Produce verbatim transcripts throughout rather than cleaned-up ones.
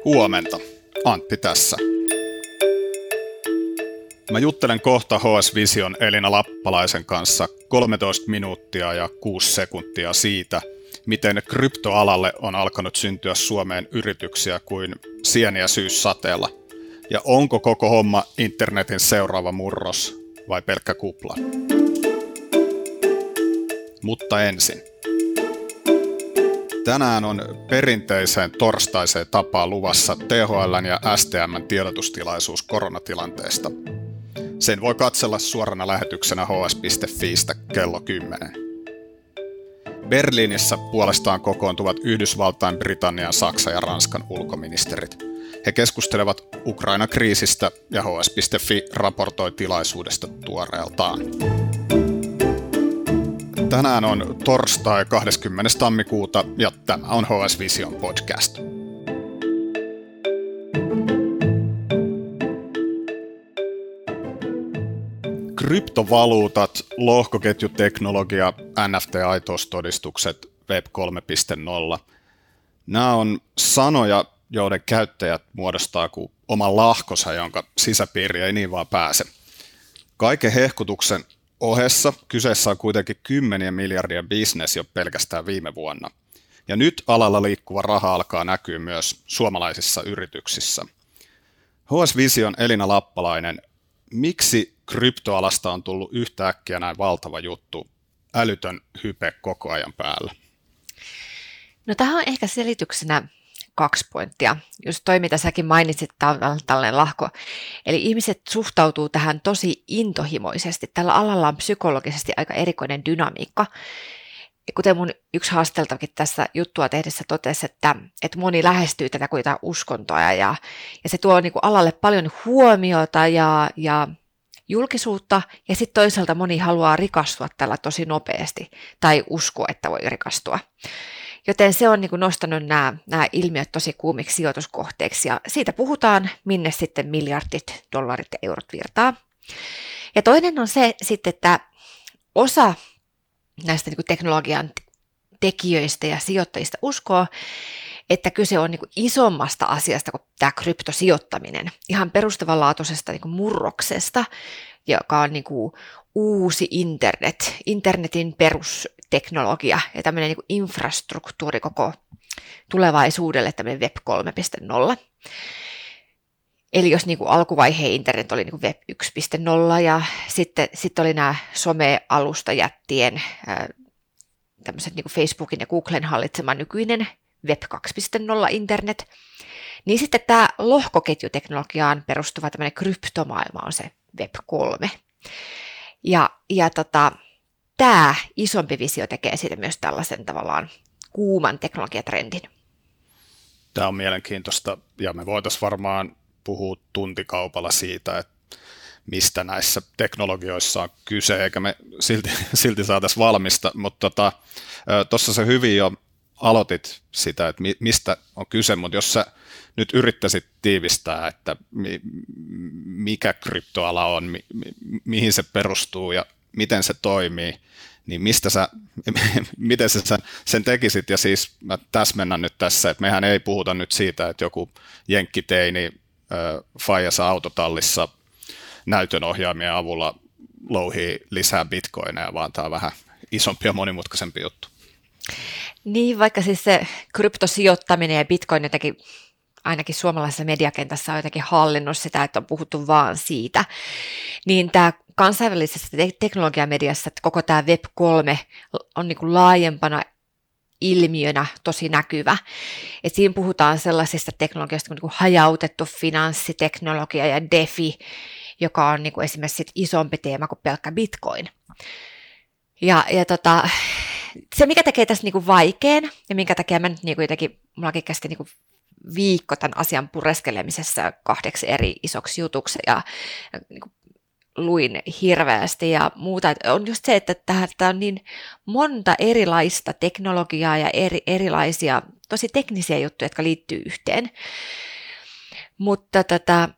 Huomenta, Antti tässä. Mä juttelen kohta H S Vision Elina Lappalaisen kanssa kolmetoista minuuttia ja kuusi sekuntia siitä, miten kryptoalalle on alkanut syntyä Suomeen yrityksiä kuin sieniä syyssateella. Ja onko koko homma internetin seuraava murros vai pelkkä kupla? Mutta ensin. Tänään on perinteiseen torstaiseen tapaan luvassa T H L:n ja S T M:n tiedotustilaisuus koronatilanteesta. Sen voi katsella suorana lähetyksenä h s piste f i:stä kello kymmenen. Berliinissä puolestaan kokoontuvat Yhdysvaltain, Britannian, Saksan ja Ranskan ulkoministerit. He keskustelevat Ukraina-kriisistä ja h s piste f i raportoi tilaisuudesta tuoreeltaan. Tänään on torstai kahdeskymmenes tammikuuta ja tämä on H S Vision podcast. Kryptovaluutat, lohkoketjuteknologia, N F T-aitoustodistukset, Web kolme piste nolla. Nämä on sanoja, joiden käyttäjät muodostaa kuin oman lahkonsa, jonka sisäpiiri ei niin vaan pääse. Kaiken hehkutuksen ohessa kyseessä on kuitenkin kymmenien miljardien bisnes jo pelkästään viime vuonna. Ja nyt alalla liikkuva raha alkaa näkyä myös suomalaisissa yrityksissä. H S Vision Elina Lappalainen, miksi kryptoalasta on tullut yhtäkkiä näin valtava juttu, älytön hype koko ajan päällä? No tähän on ehkä selityksenä kaksi pointtia. Just toi, mitä säkin mainitsit, tällainen lahko. Eli ihmiset suhtautuu tähän tosi intohimoisesti. Tällä alalla on psykologisesti aika erikoinen dynamiikka. Ja kuten mun yksi haasteltakin tässä juttua tehdessä totesi, että, että moni lähestyy tätä kuin jotain uskontoa ja, ja se tuo niin kuin alalle paljon huomiota ja, ja julkisuutta, ja sitten toisaalta moni haluaa rikastua tällä tosi nopeasti tai uskoa, että voi rikastua. Joten se on niin kuin nostanut nämä, nämä ilmiöt tosi kuumiksi sijoituskohteeksi, ja siitä puhutaan, minne sitten miljardit, dollarit ja eurot virtaa. Ja toinen on se sitten, että osa näistä niin kuin teknologian tekijöistä ja sijoittajista uskoo, että kyse on niin kuin isommasta asiasta kuin tämä kryptosijoittaminen, ihan perustavanlaatuisesta niin kuin murroksesta, joka on niin kuin uusi internet, internetin perusteknologia ja tämmöinen niin kuin infrastruktuuri koko tulevaisuudelle, tämmöinen Web kolme piste nolla. Eli jos niin kuin alkuvaiheen internet oli niin kuin Web yksi piste nolla ja sitten, sitten oli nämä some-alustajättien, tämmöiset niin kuin Facebookin ja Googlen hallitsema nykyinen Web kaksi piste nolla internet, niin sitten tämä lohkoketjuteknologiaan perustuva tämmöinen kryptomaailma on se Web kolme. Ja, ja tota, tämä isompi visio tekee siitä myös tällaisen tavallaan kuuman teknologiatrendin. Tämä on mielenkiintoista ja me voitaisiin varmaan puhua tuntikaupalla siitä, että mistä näissä teknologioissa on kyse, eikä me silti, silti saataisiin valmista, mutta tuossa tota, se hyvin jo aloitit sitä, että mistä on kyse, mutta jos sä nyt yrittäisit tiivistää, että mikä kryptoala on, mi, mi, mihin se perustuu ja miten se toimii, niin mistä sä, miten sä sen tekisit, ja siis mä täsmennän nyt tässä, että mehän ei puhuta nyt siitä, että joku jenkkiteini äh, faijassa autotallissa näytönohjaimien avulla louhii lisää bitcoineja, vaan tämä on vähän isompi ja monimutkaisempi juttu. Niin, vaikka siis se kryptosijoittaminen ja bitcoin jotenkin, ainakin suomalaisessa mediakentässä on jotenkin hallinnut sitä, että on puhuttu vaan siitä, niin tämä kansainvälisessä teknologiamediassa, että koko tämä Web kolme on niin kuin laajempana ilmiönä tosi näkyvä. Et siinä puhutaan sellaisista teknologioista kuin, kuin hajautettu finanssiteknologia ja DeFi, joka on niin kuin esimerkiksi sit isompi teema kuin pelkkä bitcoin. Ja, ja tota, se, mikä tekee tässä niinku vaikean ja minkä takia mä nyt niinku jotenkin, mullakin kästi niinku viikko tämän asian pureskelemisessa kahdeksi eri isoksi jutuksi ja, ja niinku luin hirveästi ja muuta, on just se, että tämä on niin monta erilaista teknologiaa ja eri, erilaisia tosi teknisiä juttuja, jotka liittyy yhteen. Mutta tota,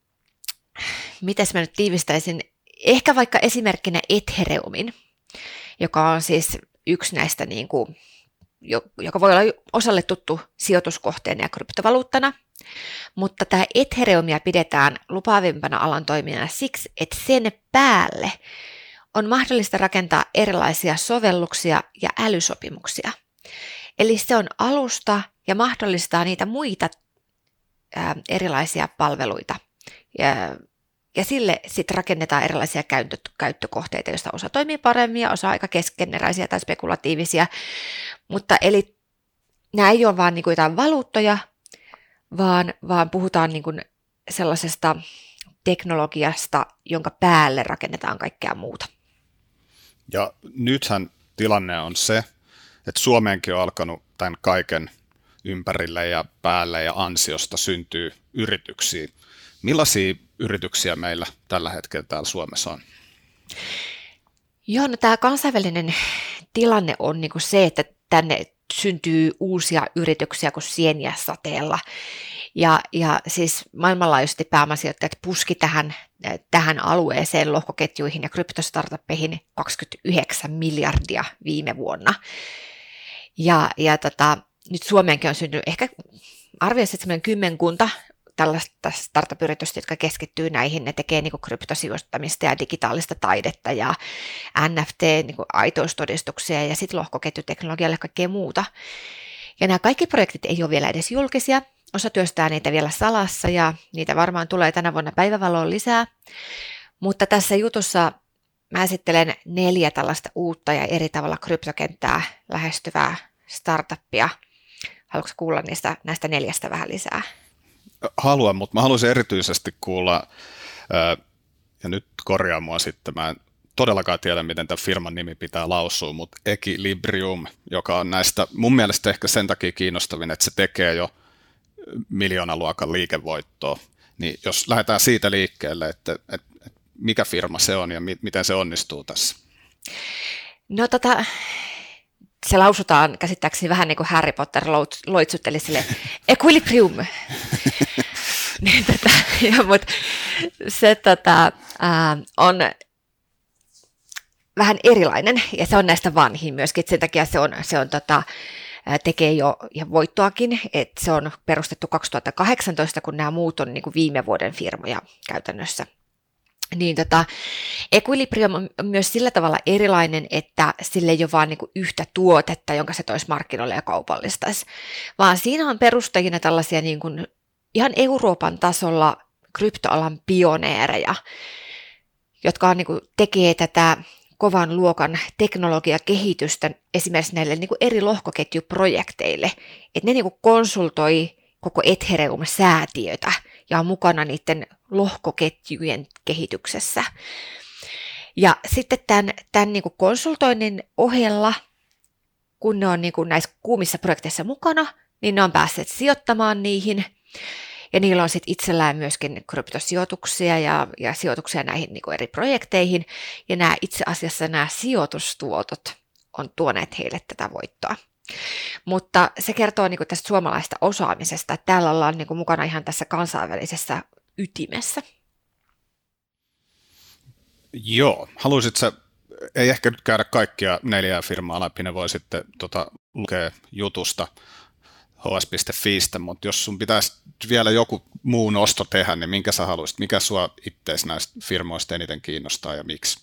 mitäs mä nyt tiivistäisin, ehkä vaikka esimerkkinä Ethereumin, joka on siis yksi näistä niin kuin joka voi olla osalle tuttu sijoituskohteena ja kryptovaluuttana, mutta tämä Ethereumia pidetään lupaavimpana alan toimijana siksi, että sen päälle on mahdollista rakentaa erilaisia sovelluksia ja älysopimuksia. Eli se on alusta ja mahdollistaa niitä muita ää, erilaisia palveluita. Ja, ja sille sitten rakennetaan erilaisia käyttö, käyttökohteita, joista osa toimii paremmin ja osa aika keskeneräisiä tai spekulatiivisia. Mutta eli nämä ei ole vain niin kuin jotain valuuttoja, vaan, vaan puhutaan niin kuin sellaisesta teknologiasta, jonka päälle rakennetaan kaikkea muuta. Ja nythän tilanne on se, että Suomeenkin on alkanut tämän kaiken ympärille ja päälle ja ansiosta syntyy yrityksiä. Millaisia yrityksiä meillä tällä hetkellä täällä Suomessa on? Joo, no tämä kansainvälinen tilanne on niin kuin se, että tänne syntyy uusia yrityksiä kuin sieniä sateella. Ja, ja siis maailmanlaajuisesti pääomasijoittajat puski tähän, tähän alueeseen, lohkoketjuihin ja kryptostartuppeihin kaksikymmentäyhdeksän miljardia viime vuonna. Ja, ja tota, nyt Suomeenkin on syntynyt ehkä arvioisi, että semmoinen kymmenkunta tällaista startup-yritystä, jotka keskittyy näihin. Ne tekee niin kuin kryptosijoittamista ja digitaalista taidetta ja N F T, niin kuin aitoustodistuksia ja sitten lohkoketjuteknologialle ja kaikkea muuta. Ja nämä kaikki projektit ei ole vielä edes julkisia. Osa työstää niitä vielä salassa ja niitä varmaan tulee tänä vuonna päivävaloon lisää. Mutta tässä jutussa mä esittelen neljä tällaista uutta ja eri tavalla kryptokenttää lähestyvää startuppia. Haluatko kuulla niistä, näistä neljästä vähän lisää? Haluan, mutta mä haluaisin erityisesti kuulla, ja nyt korjaa mua sitten, mä en todellakaan tiedä, miten tämän firman nimi pitää lausua, mutta Equilibrium, joka on näistä mun mielestä ehkä sen takia kiinnostavin, että se tekee jo miljoonaluokan liikevoittoa. Niin jos lähdetään siitä liikkeelle, että, että, että mikä firma se on ja mi, miten se onnistuu tässä? No tota, se lausutaan käsittääkseni vähän niin kuin Harry Potter loitsutteli sille Equilibrium. niin, tota, ja, mut, se tota, ää, on vähän erilainen ja se on näistä vanhin myöskin. Sen takia se on, se on tota, tekee jo ihan voittoakin, että se on perustettu kaksituhattakahdeksantoista, kun nämä muut on niin kuin viime vuoden firmoja käytännössä. Niin tota, Equilibrium on myös sillä tavalla erilainen, että sille ei ole vain niin kuin yhtä tuotetta, jonka se toisi markkinoille ja kaupallistaisi, vaan siinä on perustajina tällaisia niin kuin ihan Euroopan tasolla kryptoalan pioneereja, jotka on, niin kuin, tekee tätä kovan luokan teknologiakehitystä esimerkiksi näille niin kuin eri lohkoketjuprojekteille, että ne niin kuin konsultoi koko Ethereum-säätiötä ja on mukana niiden lohkoketjujen kehityksessä. Ja sitten tämän, tämän niin kuin konsultoinnin ohella, kun ne on niin kuin näissä kuumissa projekteissa mukana, niin ne on päässeet sijoittamaan niihin. Ja niillä on sitten itsellään myöskin kryptosijoituksia ja, ja sijoituksia näihin niin kuin eri projekteihin. Ja nämä itse asiassa nämä sijoitustuotot on tuoneet heille tätä voittoa. Mutta se kertoo niin kuin tästä suomalaista osaamisesta, että täällä ollaan niin kuin mukana ihan tässä kansainvälisessä ytimessä. Joo, haluaisitko, ei ehkä nyt käydä kaikkia neljää firmaa läpi, ne voi sitten tota, lukea jutusta h s piste f i, mutta jos sun pitäisi vielä joku muu nosto tehdä, niin minkä sä haluaisit, mikä sua ittees näistä firmoista eniten kiinnostaa ja miksi?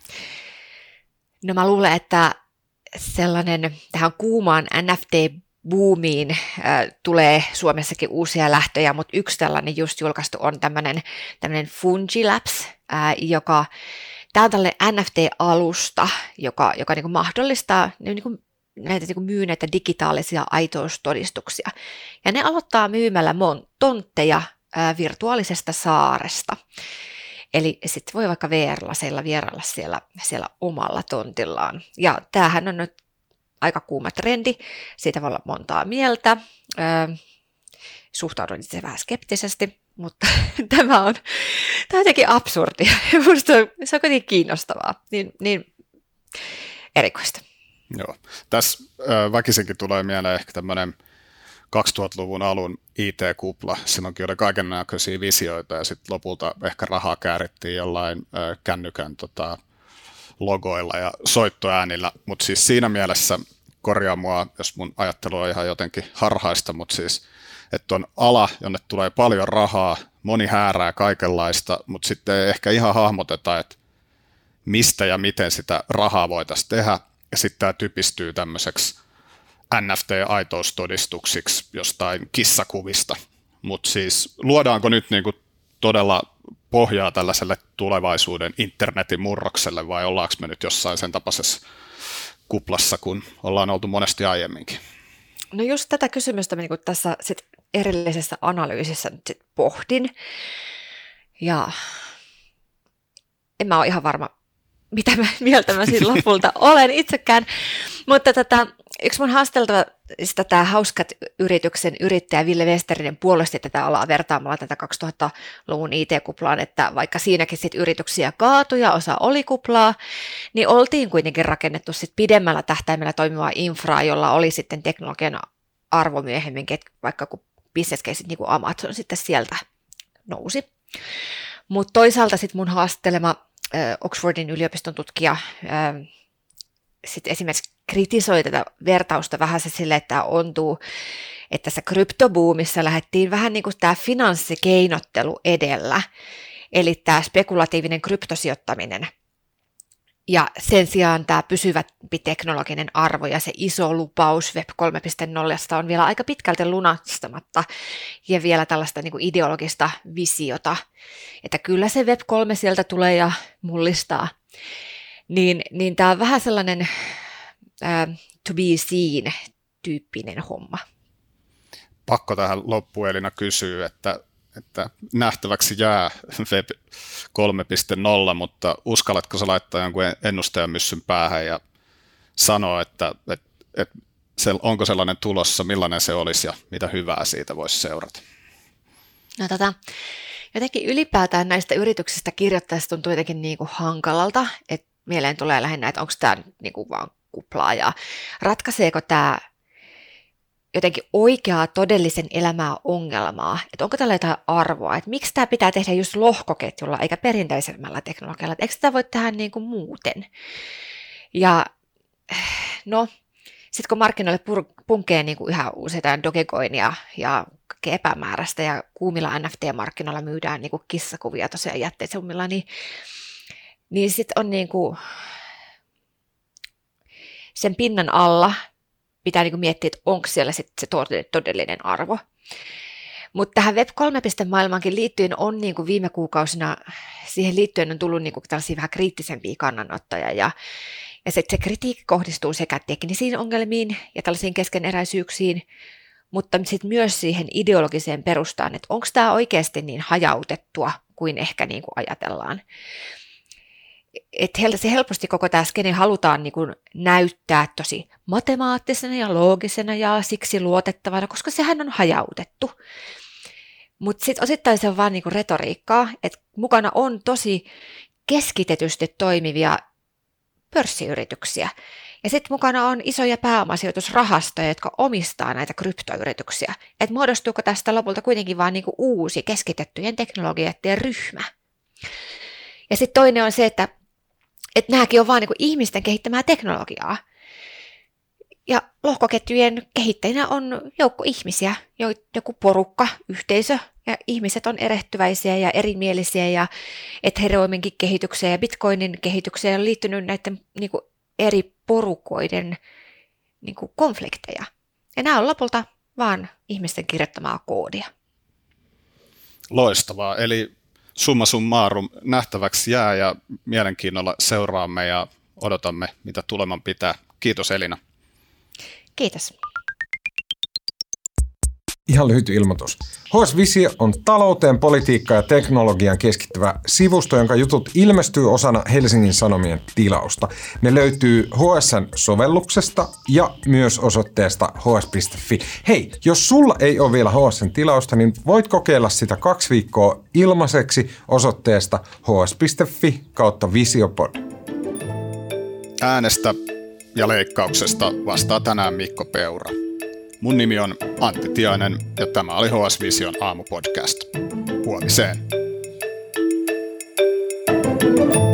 No mä luulen, että sellainen tähän kuumaan N F T-boomiin äh, tulee Suomessakin uusia lähtöjä, mutta yksi tällainen just julkaistu on tämmöinen, tämmöinen Fungi Labs, äh, joka, tämä on tällainen N F T-alusta, joka, joka niin kuin mahdollistaa niin kuin näitä niin kuin myy näitä digitaalisia aitoustodistuksia. Ja ne aloittaa myymällä mon- tontteja ää, virtuaalisesta saaresta. Eli sitten voi vaikka V R-laseilla vierailla siellä, siellä omalla tontillaan. Ja tämähän on nyt aika kuuma trendi. Siitä voi olla montaa mieltä. Ää, suhtaudun itse vähän skeptisesti, mutta tämä on, tämä on jotenkin absurdia. Minusta se on kuitenkin kiinnostavaa. Niin, niin erikoista. Joo. Tässä äh, väkisinkin tulee mieleen ehkä tämmöinen kaksituhattaluvun alun I T-kupla. Silloinkin oli kaiken näköisiä visioita ja sitten lopulta ehkä rahaa käärittiin jollain äh, kännykän tota, logoilla ja soittoäänillä. Mutta siis siinä mielessä korjaa mua, jos mun ajattelu on ihan jotenkin harhaista, mutta siis, että on ala, jonne tulee paljon rahaa, moni häärää kaikenlaista, mutta sitten ei ehkä ihan hahmoteta, että mistä ja miten sitä rahaa voitaisiin tehdä, ja sitten tämä typistyy tämmöiseksi N F T-aitoustodistuksiksi jostain kissakuvista, mutta siis luodaanko nyt niinku todella pohjaa tällaiselle tulevaisuuden internetin murrokselle, vai ollaanko me nyt jossain sen tapaisessa kuplassa, kun ollaan oltu monesti aiemminkin? No just tätä kysymystä mä niin tässä sit erillisessä analyysissä nyt sit pohdin, ja en mä ole ihan varma, mitä mä, mieltä mä siinä lopulta olen itsekään, mutta tätä, yksi mun haasteltava sitä tämä Hauskat-yrityksen yrittäjä Ville Westerinen puolusti tätä alaa vertaamalla tätä kaksituhattaluvun I T-kuplaan, että vaikka siinäkin sit yrityksiä kaatui ja osa oli kuplaa, niin oltiin kuitenkin rakennettu sit pidemmällä tähtäimellä toimivaa infraa, jolla oli sitten teknologian arvo myöhemminkin, että vaikka kun business-caset niin kuin Amazon sitten sieltä nousi. Mutta toisaalta sitten mun haastelema äh, Oxfordin yliopiston tutkija äh, sitten esimerkiksi kritisoi tätä vertausta vähän se sille, että ontuu, että tässä kryptobuumissa lähdettiin vähän niin kuin tämä finanssikeinottelu edellä, eli tämä spekulatiivinen kryptosijoittaminen. Ja sen sijaan tämä pysyvämpi teknologinen arvo ja se iso lupaus Web kolme piste nolla on vielä aika pitkälti lunastamatta ja vielä tällaista niin kuin ideologista visiota, että kyllä se Web kolme sieltä tulee ja mullistaa. Niin, niin tämä on vähän sellainen uh, to be seen -tyyppinen homma. Pakko tähän loppuun Elina kysyä, että, että nähtäväksi jää Web kolme piste nolla, mutta uskallatko sä laittaa jonkun ennustajamyssyn päähän ja sanoa, että, että, että onko sellainen tulossa, millainen se olisi ja mitä hyvää siitä voisi seurata? No tota, jotenkin ylipäätään näistä yrityksistä kirjoittaessa tuntuu jotenkin niin kuin hankalalta, että mieleen tulee lähinnä, että onko tämä niin kuin vaan kuplaa ja ratkaiseeko tämä jotenkin oikeaa todellisen elämää ongelmaa, että onko tällä jotain arvoa, että miksi tämä pitää tehdä just lohkoketjulla eikä perinteisemmällä teknologialla, että eikö sitä voi tehdä niin kuin muuten. Ja no, sitten kun markkinoille punkee niin kuin yhä useita Dogecoinia ja epämääräistä ja kuumilla N F T-markkinoilla myydään niin kuin kissakuvia tosiaan jätteisummilla, niin niin sitten on niinku sen pinnan alla pitää niinku miettiä, että onko siellä sit se todellinen arvo. Mutta tähän Web kolme -maailmaankin liittyen on niinku viime kuukausina, siihen liittyen on tullut niinku tällaisia vähän kriittisempiä kannanottoja. Ja, ja sit se kritiikki kohdistuu sekä teknisiin ongelmiin ja tällaisiin keskeneräisyyksiin, mutta sitten myös siihen ideologiseen perustaan, että onko tämä oikeasti niin hajautettua kuin ehkä niinku ajatellaan. Että se helposti koko tämä skene halutaan niin kuin näyttää tosi matemaattisena ja loogisena ja siksi luotettavana, koska sehän on hajautettu. Mutta sitten osittain se on vaan niin kuin retoriikkaa, että mukana on tosi keskitetysti toimivia pörssiyrityksiä. Ja sitten mukana on isoja pääomasijoitusrahastoja, jotka omistaa näitä kryptoyrityksiä. Että muodostuuko tästä lopulta kuitenkin vaan niin kuin uusi keskitettyjen teknologioiden ryhmä. Ja sitten toinen on se, että että nämäkin on vain niin ihmisten kehittämää teknologiaa. Ja lohkoketjujen kehittäjinä on joukko ihmisiä, joku porukka, yhteisö, ja ihmiset on erehtyväisiä ja erimielisiä, ja Ethereum'inkin kehitykseen ja Bitcoinin kehitykseen on liittynyt näiden niin kuin eri porukoiden niin kuin konflikteja. Ja nämä on lopulta vaan ihmisten kirjoittamaa koodia. Loistavaa, eli summa summarum nähtäväksi jää ja mielenkiinnolla seuraamme ja odotamme, mitä tuleman pitää. Kiitos Elina. Kiitos. Ihan lyhyt ilmoitus. H S Visio on talouteen, politiikkaan ja teknologiaan keskittyvä sivusto, jonka jutut ilmestyy osana Helsingin Sanomien tilausta. Ne löytyy H S:n sovelluksesta ja myös osoitteesta h s piste f i. Hei, jos sulla ei ole vielä H S:n tilausta, niin voit kokeilla sitä kaksi viikkoa ilmaiseksi osoitteesta h s piste f i kautta visiopod. Äänestä ja leikkauksesta vastaa tänään Mikko Peura. Mun nimi on Antti Tiainen ja tämä oli H S Vision aamupodcast. Huomiseen.